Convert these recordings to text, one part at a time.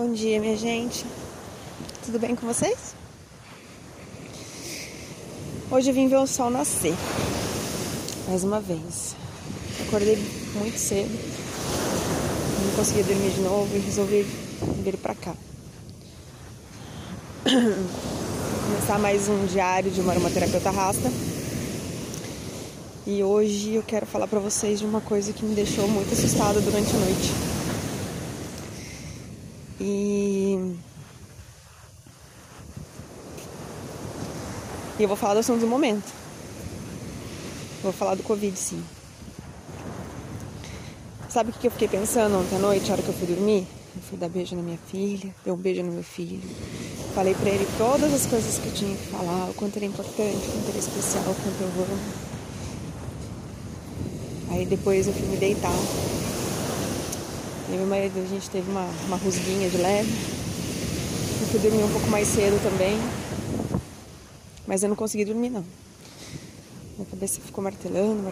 Bom dia, minha gente. Tudo bem com vocês? Hoje eu vim ver o sol nascer. Mais uma vez. Acordei muito cedo. Não consegui dormir de novo e resolvi vir pra cá. Começar mais um diário de uma aromaterapeuta rasta. E hoje eu quero falar pra vocês de uma coisa que me deixou muito assustada durante a noite. E eu vou falar do assunto do momento. Vou falar do Covid, sim. Sabe o que eu fiquei pensando ontem à noite, na hora que eu fui dormir? Eu fui dar beijo na minha filha, dei um beijo no meu filho. Falei pra ele todas as coisas que eu tinha que falar, o quanto era importante, o quanto era especial, o quanto eu amo. Aí depois eu fui me deitar. E meu marido, a gente teve uma rusguinha de leve. Eu fui dormir um pouco mais cedo também. Mas eu não consegui dormir, não. Minha cabeça ficou martelando.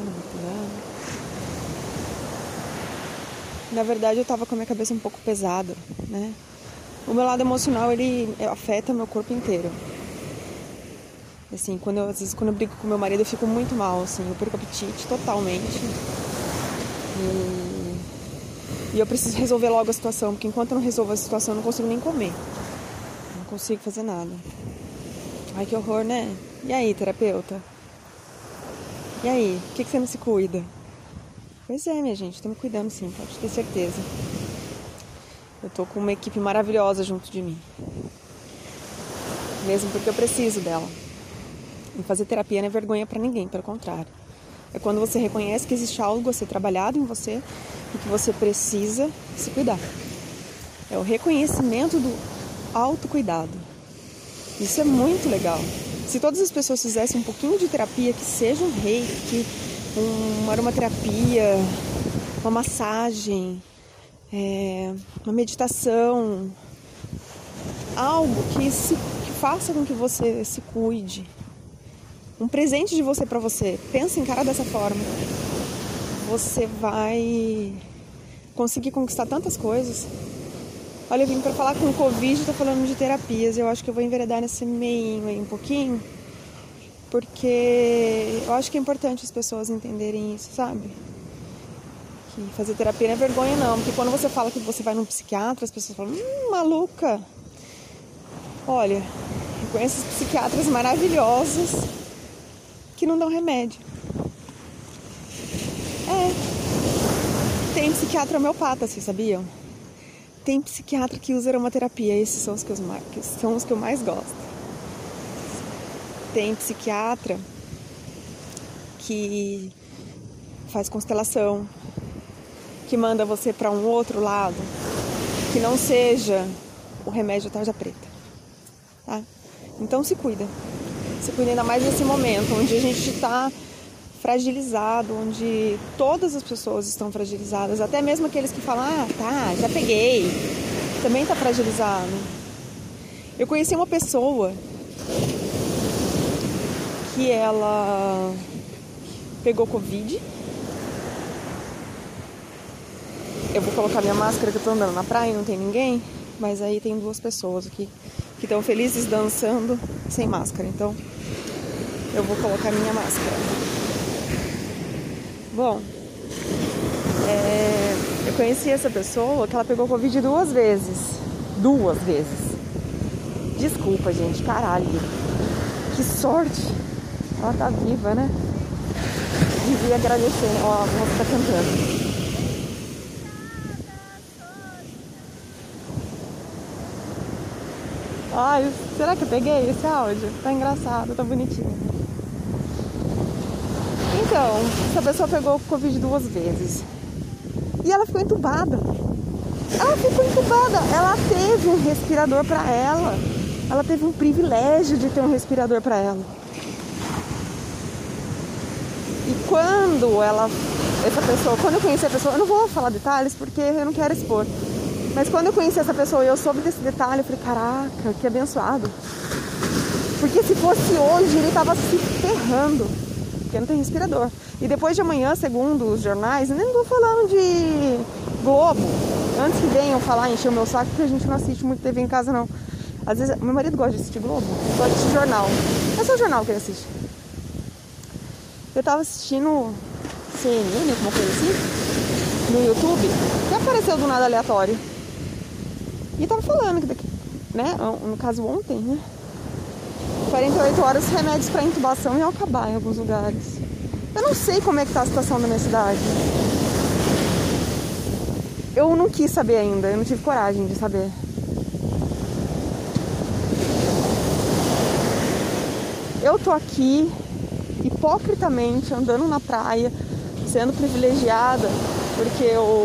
Na verdade, eu tava com a minha cabeça um pouco pesada, né? O meu lado emocional, ele afeta meu corpo inteiro. Assim, às vezes quando eu brigo com meu marido, eu fico muito mal, assim. Eu perco o apetite totalmente. E eu preciso resolver logo a situação, porque enquanto eu não resolvo a situação, eu não consigo nem comer. Não consigo fazer nada. Ai, que horror, né? E aí, terapeuta? E aí, por que você não se cuida? Pois é, minha gente, tô me cuidando sim, pode ter certeza. Eu tô com uma equipe maravilhosa junto de mim. Mesmo porque eu preciso dela. E fazer terapia não é vergonha pra ninguém, pelo contrário. É quando você reconhece que existe algo a ser trabalhado em você e que você precisa se cuidar. É o reconhecimento do autocuidado. Isso é muito legal. Se todas as pessoas fizessem um pouquinho de terapia, que seja um reiki, uma aromaterapia, uma massagem, uma meditação, algo que faça com que você se cuide. Um presente de você pra você. Pensa em cara dessa forma. Você vai conseguir conquistar tantas coisas. Olha, eu vim pra falar com o Covid, tô falando de terapias. Eu acho que eu vou enveredar nesse meinho aí um pouquinho. Porque eu acho que é importante as pessoas entenderem isso, sabe? Que fazer terapia não é vergonha, não. Porque quando você fala que você vai num psiquiatra, as pessoas falam, maluca. Olha, eu conheço psiquiatras maravilhosos que não dão remédio. Tem psiquiatra homeopata, vocês sabiam? Tem psiquiatra que usa aromaterapia, esses são os que eu mais gosto. Tem psiquiatra que faz constelação, que manda você para um outro lado, que não seja o remédio tarja preta, tá? Então se cuida ainda mais nesse momento, onde a gente está fragilizado, onde todas as pessoas estão fragilizadas, até mesmo aqueles que falam, já peguei, também está fragilizado. Eu conheci uma pessoa que ela pegou Covid. Eu vou colocar minha máscara, que eu tô andando na praia e não tem ninguém, mas aí tem duas pessoas aqui que estão felizes dançando sem máscara, então eu vou colocar minha máscara. Bom, eu conheci essa pessoa que ela pegou Covid 2 vezes. 2 vezes. Desculpa, gente, caralho. Que sorte. Ela tá viva, né? Devia agradecer. Ó, a moça tá cantando. Ai, será que eu peguei esse áudio? Tá engraçado, tá bonitinho. Então, essa pessoa pegou Covid 2 vezes. E ela ficou entubada. Ela teve um respirador pra ela. Ela teve um privilégio de ter um respirador pra ela. E quando eu conheci a pessoa, eu não vou falar detalhes porque eu não quero expor. Mas quando eu conheci essa pessoa e eu soube desse detalhe, eu falei, caraca, que abençoado. Porque se fosse hoje, ele tava se ferrando. Porque não tem respirador. E depois de amanhã, segundo os jornais, nem estou falando de Globo, Antes que venham falar, encher o meu saco, porque a gente não assiste muito TV em casa, não. Às vezes, meu marido gosta de assistir Globo, gosta de assistir jornal. É só jornal que ele assiste. Eu tava assistindo CNN, alguma coisa assim, no YouTube, que apareceu do nada aleatório. E tava falando que daqui, né, no caso ontem, né, 48 horas remédios pra intubação iam acabar em alguns lugares. Eu não sei como é que tá a situação da minha cidade. Eu não quis saber ainda, eu não tive coragem de saber. Eu tô aqui, hipocritamente, andando na praia, sendo privilegiada, porque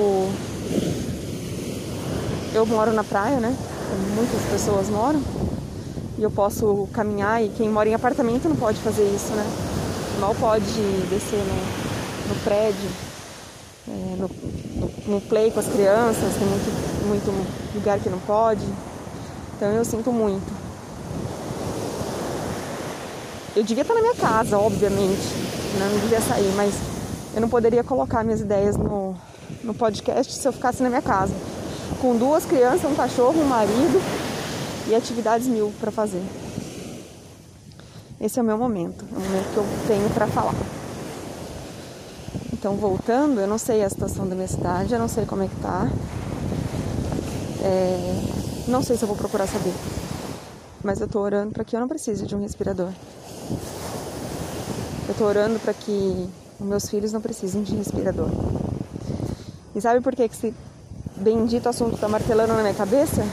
eu moro na praia, né? Como muitas pessoas moram. E eu posso caminhar, e quem mora em apartamento não pode fazer isso, né? Mal pode descer no prédio, no play com as crianças, tem muito lugar que não pode. Então eu sinto muito. Eu devia estar na minha casa, obviamente, não devia sair, mas eu não poderia colocar minhas ideias no podcast se eu ficasse na minha casa, com 2 crianças, um cachorro, um marido e atividades 1000 para fazer. Esse é o meu momento, é o momento que eu tenho para falar. Então, voltando, eu não sei a situação da minha cidade, eu não sei como é que tá. Não sei se eu vou procurar saber. Mas eu tô orando para que eu não precise de um respirador. Eu tô orando para que os meus filhos não precisem de respirador. E sabe por que esse bendito assunto tá martelando na minha cabeça?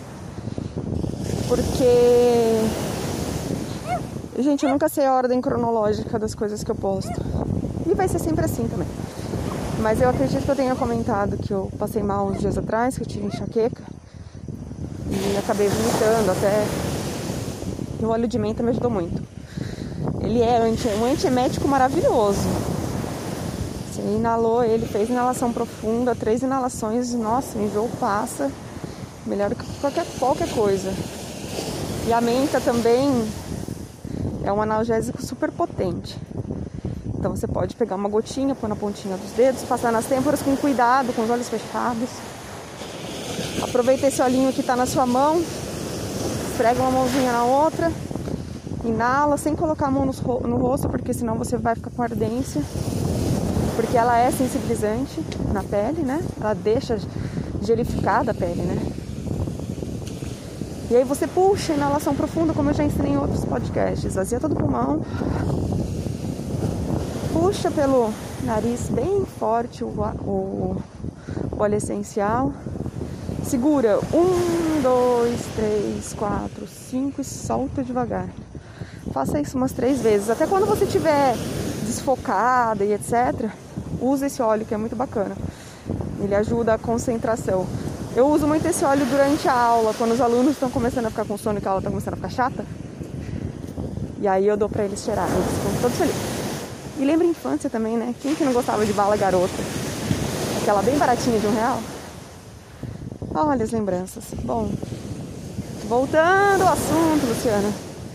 Porque... gente, eu nunca sei a ordem cronológica das coisas que eu posto. E vai ser sempre assim também. Mas eu acredito que eu tenha comentado que eu passei mal uns dias atrás, que eu tive enxaqueca. E acabei vomitando até. E o óleo de menta me ajudou muito. Ele é um antiemético maravilhoso. Você inalou ele, fez inalação profunda, 3 inalações, nossa, o enjoo passa. Melhor que qualquer coisa. E a menta também é um analgésico super potente. Então você pode pegar uma gotinha, pôr na pontinha dos dedos, passar nas têmporas com cuidado, com os olhos fechados. Aproveita esse olhinho que está na sua mão, esfrega uma mãozinha na outra, inala sem colocar a mão no rosto, porque senão você vai ficar com ardência. Porque ela é sensibilizante na pele, né? Ela deixa gelificada a pele, né? E aí você puxa a inalação profunda, como eu já ensinei em outros podcasts. Esvazia todo o pulmão. Puxa pelo nariz bem forte o óleo essencial. Segura 1, 2, 3, 4, 5 e solta devagar. Faça isso umas 3 vezes. Até quando você estiver desfocada e etc., usa esse óleo que é muito bacana. Ele ajuda a concentração. Eu uso muito esse óleo durante a aula, quando os alunos estão começando a ficar com sono e que a aula está começando a ficar chata. E aí eu dou pra eles cheirar, eles ficam todos felizes. E lembra a infância também, né? Quem que não gostava de bala garota? Aquela bem baratinha de R$1. Olha as lembranças. Bom, voltando ao assunto, Luciana.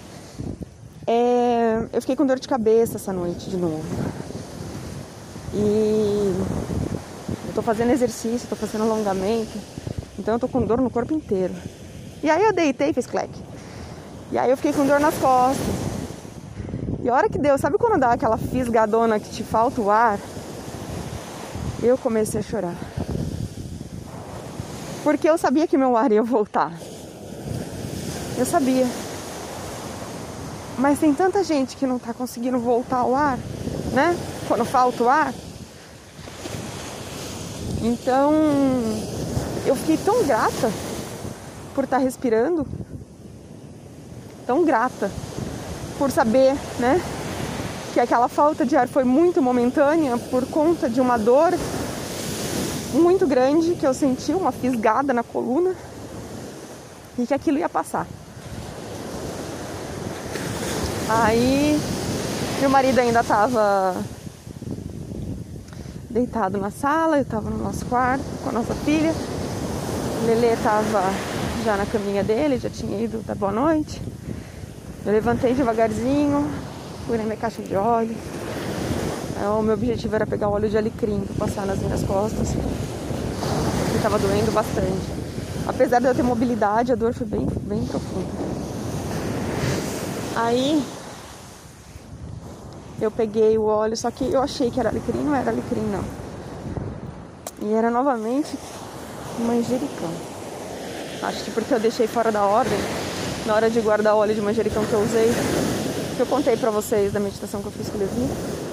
Eu fiquei com dor de cabeça essa noite de novo. E eu tô fazendo exercício, tô fazendo alongamento. Então eu tô com dor no corpo inteiro. E aí eu deitei e fiz cleque. E aí eu fiquei com dor nas costas. E a hora que deu, sabe quando dá aquela fisgadona que te falta o ar? Eu comecei a chorar. Porque eu sabia que meu ar ia voltar. Eu sabia. Mas tem tanta gente que não tá conseguindo voltar ao ar, né? Quando falta o ar. Então, eu fiquei tão grata por estar respirando. Tão grata por saber, né, que aquela falta de ar foi muito momentânea por conta de uma dor muito grande que eu senti, uma fisgada na coluna, e que aquilo ia passar. Aí, meu marido ainda estava deitado na sala, eu estava no nosso quarto com a nossa filha. Lelê estava já na caminha dele, já tinha ido dar boa noite. Eu levantei devagarzinho, fui na minha caixa de óleo. O meu objetivo era pegar o óleo de alecrim para passar nas minhas costas, tava doendo bastante. Apesar de eu ter mobilidade, a dor foi bem, bem profunda. Aí eu peguei o óleo, só que eu achei que era alecrim, não era alecrim não. E era novamente manjericão. Acho que porque eu deixei fora da ordem, na hora de guardar o óleo de manjericão que eu usei, que eu contei pra vocês da meditação que eu fiz com o Levi.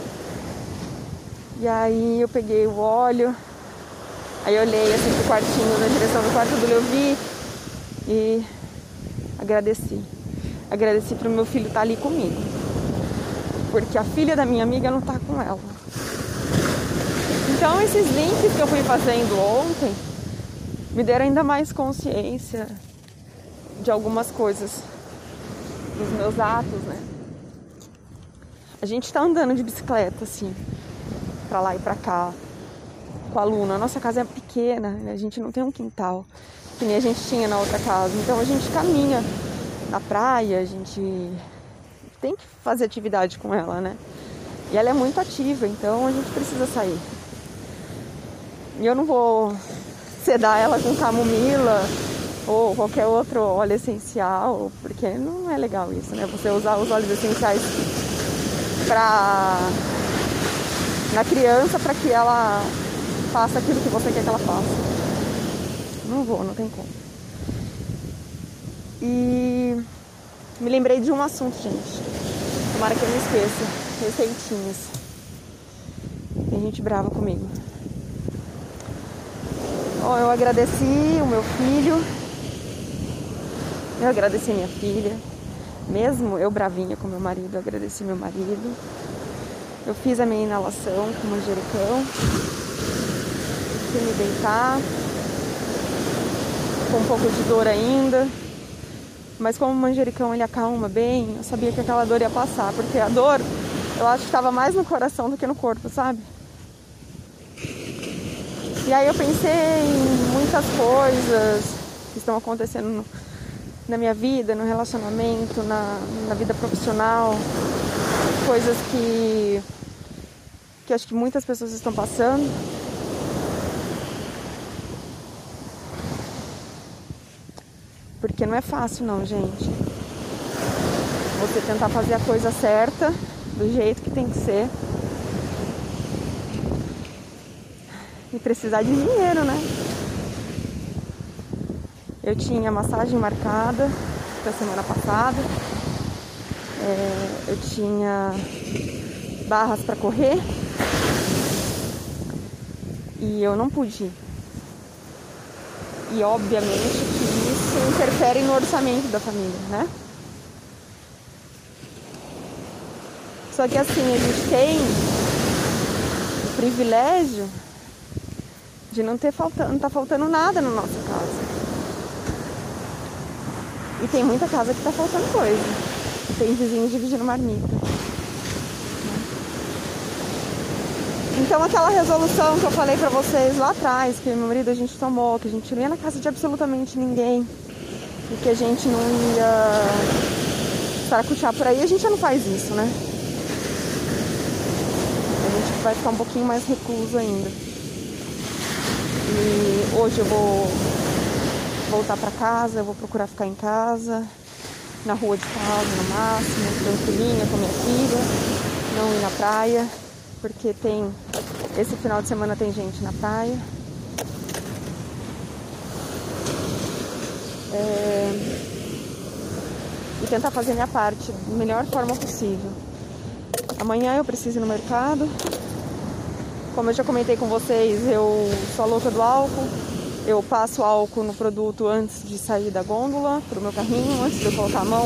E aí eu peguei o óleo, aí eu olhei assim pro quartinho, na direção do quarto do Levi e agradeci. Agradeci pro meu filho estar ali comigo, porque a filha da minha amiga não tá com ela. Então esses links que eu fui fazendo ontem me deram ainda mais consciência de algumas coisas dos meus atos, né? A gente tá andando de bicicleta, assim, pra lá e pra cá, com a Luna. A nossa casa é pequena, né? A gente não tem um quintal, que nem a gente tinha na outra casa. Então a gente caminha na praia, a gente tem que fazer atividade com ela, né? E ela é muito ativa, então a gente precisa sair. E eu não vou sedar ela com camomila ou qualquer outro óleo essencial, porque não é legal isso, né? Você usar os óleos essenciais na criança para que ela faça aquilo que você quer que ela faça. Não vou, não tem como. E me lembrei de um assunto, gente. Tomara que eu não esqueça. Receitinhas. Tem gente brava comigo. Eu agradeci o meu filho. Eu agradeci minha filha. Mesmo eu bravinha com meu marido, eu agradeci meu marido. Eu fiz a minha inalação com manjericão. Fui me deitar. Com um pouco de dor ainda. Mas como o manjericão ele acalma bem, eu sabia que aquela dor ia passar. Porque a dor, eu acho que estava mais no coração do que no corpo, sabe? E aí eu pensei em muitas coisas que estão acontecendo na minha vida, no relacionamento, na vida profissional. Coisas que acho que muitas pessoas estão passando. Porque não é fácil não, gente. Você tentar fazer a coisa certa, do jeito que tem que ser. E precisar de dinheiro, né? Eu tinha massagem marcada pra semana passada. Eu tinha barras pra correr. E eu não pude ir. E obviamente que isso interfere no orçamento da família, né? Só que assim, a gente tem o privilégio de não tá faltando nada na nossa casa. E tem muita casa que tá faltando coisa. Tem vizinhos dividindo marmita. Então aquela resolução que eu falei pra vocês lá atrás, que meu marido a gente tomou, que a gente não ia na casa de absolutamente ninguém, e que a gente não ia saracutear por aí, a gente já não faz isso, né? A gente vai ficar um pouquinho mais recluso ainda. E hoje eu vou voltar pra casa, eu vou procurar ficar em casa, na rua de casa no máximo, tranquilinha com minha filha, não ir na praia, porque esse final de semana tem gente na praia. E tentar fazer minha parte da melhor forma possível. Amanhã eu preciso ir no mercado. Como eu já comentei com vocês, eu sou a louca do álcool. Eu passo álcool no produto antes de sair da gôndola, pro meu carrinho, antes de eu colocar a mão.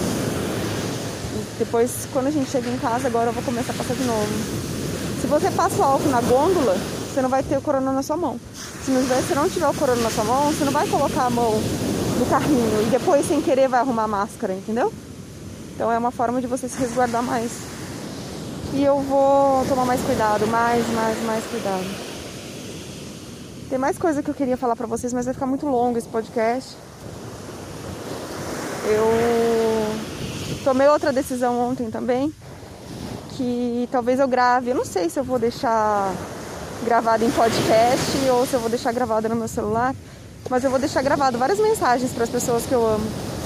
E depois, quando a gente chega em casa, agora eu vou começar a passar de novo. Se você passa o álcool na gôndola, você não vai ter o corona na sua mão. Se não tiver o corona na sua mão, você não vai colocar a mão no carrinho e depois, sem querer, vai arrumar a máscara, entendeu? Então é uma forma de você se resguardar mais. E eu vou tomar mais cuidado, mais cuidado. Tem mais coisa que eu queria falar pra vocês, mas vai ficar muito longo esse podcast. Eu tomei outra decisão ontem também, que talvez eu grave. Eu não sei se eu vou deixar gravada em podcast ou se eu vou deixar gravada no meu celular. Mas eu vou deixar gravado várias mensagens para as pessoas que eu amo.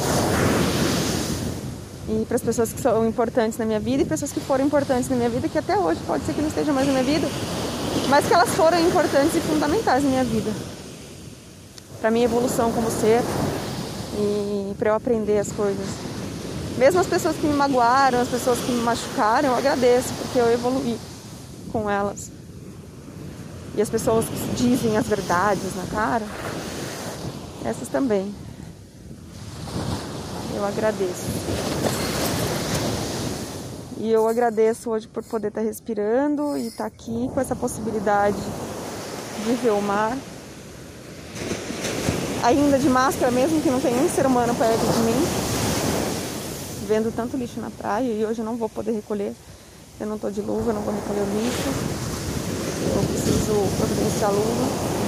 E para as pessoas que são importantes na minha vida e pessoas que foram importantes na minha vida, que até hoje pode ser que não estejam mais na minha vida, mas que elas foram importantes e fundamentais na minha vida. Para minha evolução como ser e para eu aprender as coisas. Mesmo as pessoas que me magoaram, as pessoas que me machucaram, eu agradeço porque eu evoluí com elas. E as pessoas que dizem as verdades na cara, essas também. Eu agradeço. E eu agradeço hoje por poder estar respirando e estar aqui com essa possibilidade de ver o mar. Ainda de máscara, mesmo que não tenha um ser humano perto de mim. Vendo tanto lixo na praia e hoje eu não vou poder recolher. Eu não estou de luva, eu não vou recolher o lixo. Eu preciso providenciar a luva.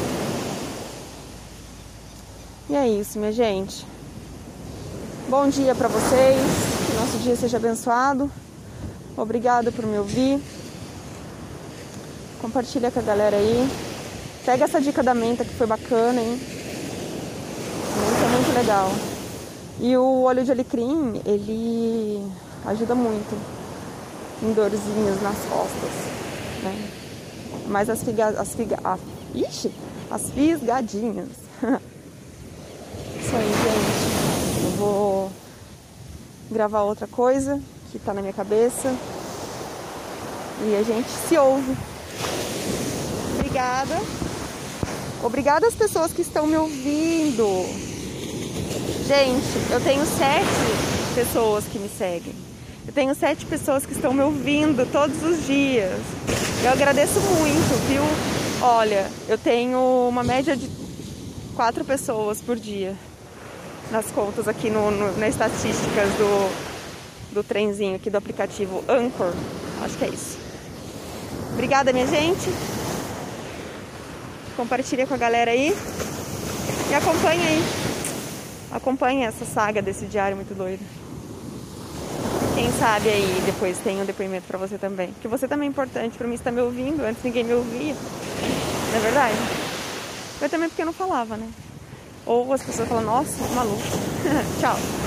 E é isso, minha gente. Bom dia para vocês. Que nosso dia seja abençoado. Obrigada por me ouvir. Compartilha com a galera aí. Pega essa dica da menta que foi bacana, hein? A menta é muito legal. E o óleo de alecrim, ele ajuda muito em dorzinhas nas costas, né? Mas as fisgadinhas. Isso aí, gente. Eu vou gravar outra coisa que tá na minha cabeça. E a gente se ouve. Obrigada. Obrigada às pessoas que estão me ouvindo. Gente, eu tenho 7 pessoas que me seguem. Eu tenho 7 pessoas que estão me ouvindo todos os dias. Eu agradeço muito, viu? Olha, eu tenho uma média de 4 pessoas por dia nas contas aqui nas estatísticas do trenzinho aqui do aplicativo Anchor. Acho que é isso. Obrigada, minha gente. Compartilha com a galera aí. E acompanha aí. Acompanha essa saga desse diário muito doido. Quem sabe aí depois tem um depoimento pra você também. Porque você também é importante pra mim estar me ouvindo. Antes ninguém me ouvia. Não é verdade? Mas também porque eu não falava, né? Ou as pessoas falam, nossa, maluco. Tchau.